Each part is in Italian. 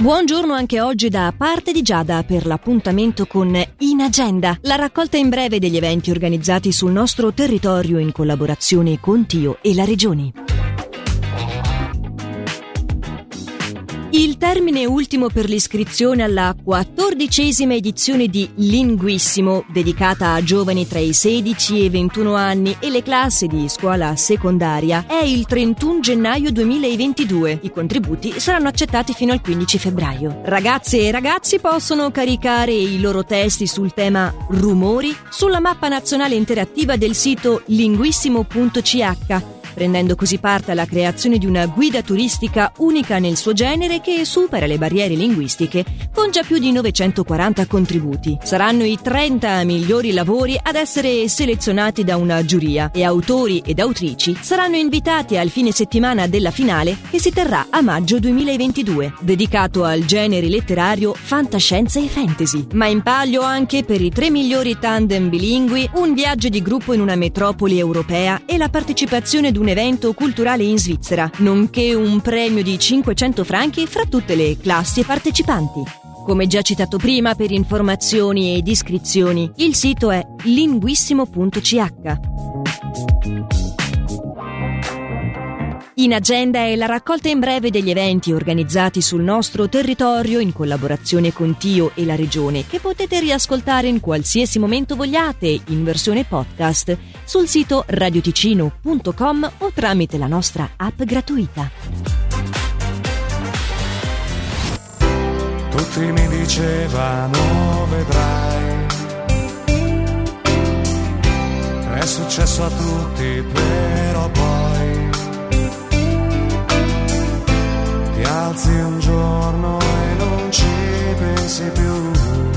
Buongiorno anche oggi da parte di Giada per l'appuntamento con In Agenda, la raccolta in breve degli eventi organizzati sul nostro territorio in collaborazione con Tio e la Regione. Il termine ultimo per l'iscrizione alla 14ª edizione di Linguissimo, dedicata a giovani tra i 16 e i 21 anni e le classi di scuola secondaria, è il 31 gennaio 2022. I contributi saranno accettati fino al 15 febbraio. Ragazze e ragazzi possono caricare i loro testi sul tema rumori sulla mappa nazionale interattiva del sito linguissimo.ch, prendendo così parte alla creazione di una guida turistica unica nel suo genere che supera le barriere linguistiche con già più di 940 contributi. Saranno i 30 migliori lavori ad essere selezionati da una giuria e autori ed autrici saranno invitati al fine settimana della finale che si terrà a maggio 2022, dedicato al genere letterario fantascienza e fantasy. Ma in palio anche per i 3 migliori tandem bilingui, un viaggio di gruppo in una metropoli europea e la partecipazione ad un evento culturale in Svizzera, nonché un premio di 500 franchi fra tutte le classi partecipanti. Come già citato prima, per informazioni ed iscrizioni, il sito è linguissimo.ch. In Agenda è la raccolta in breve degli eventi organizzati sul nostro territorio in collaborazione con Tio e la Regione, che potete riascoltare in qualsiasi momento vogliate in versione podcast sul sito radioticino.com o tramite la nostra app gratuita. Tutti mi dicevano vedrai, è successo a tutti, però poi ti alzi un giorno e non ci pensi più,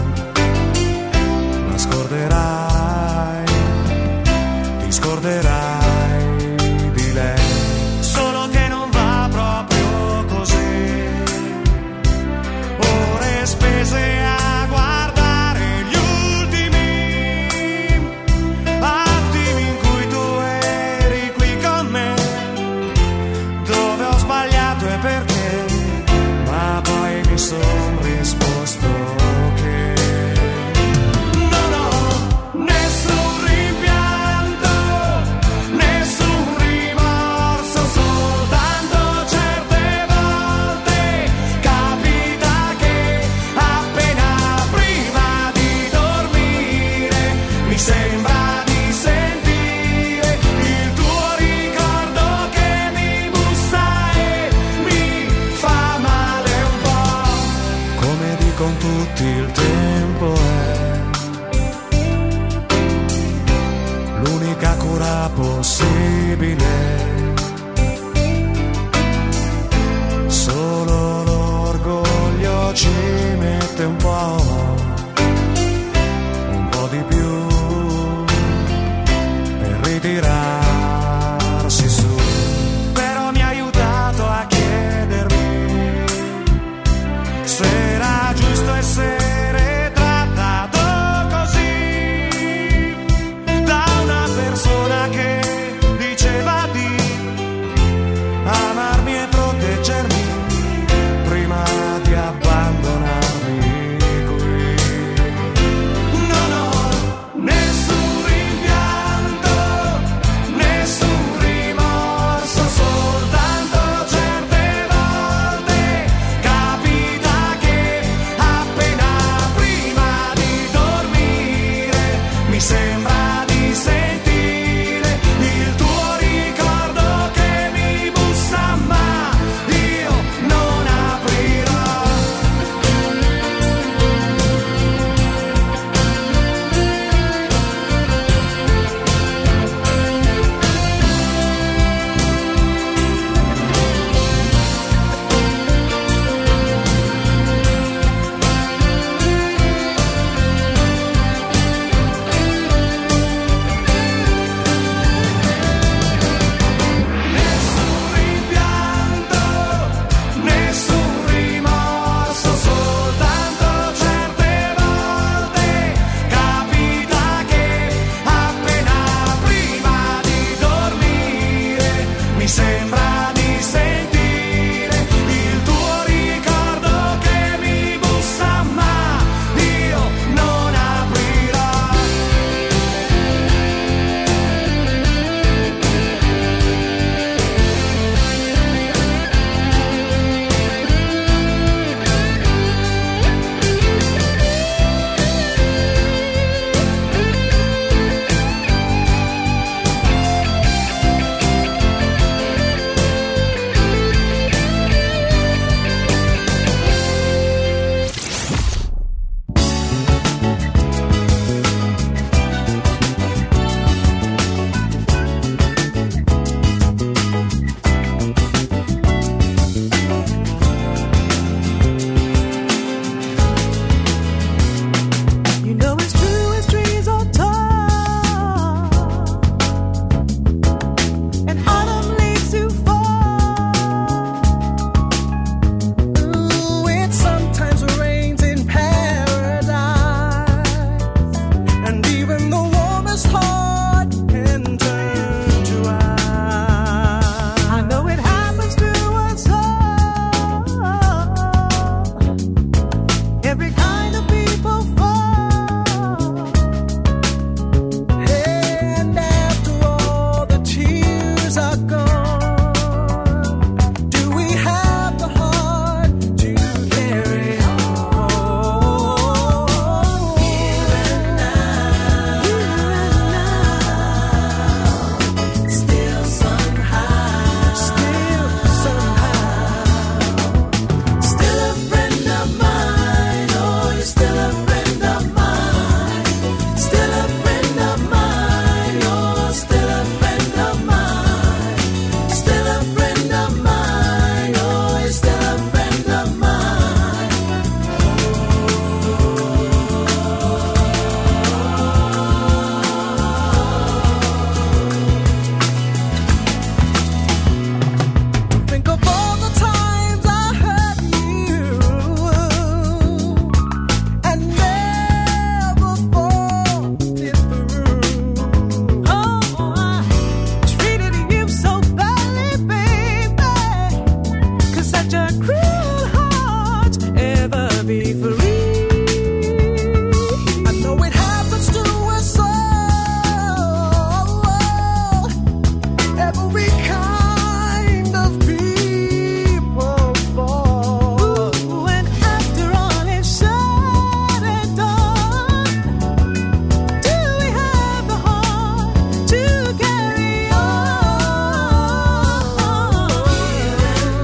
ma scorderai, ti scorderai di lei. Solo che non va proprio così, ore spese a guardare gli ultimi attimi in cui tu eri qui con me, dove ho sbagliato e perché, ma poi mi son risposto che non ho nessun rimpianto, nessun rimorso, soltanto certe volte capita che appena prima di dormire mi sembra di sentire il tuo ricordo che mi bussa e mi fa male un po'. Come dicono tutti, il tempo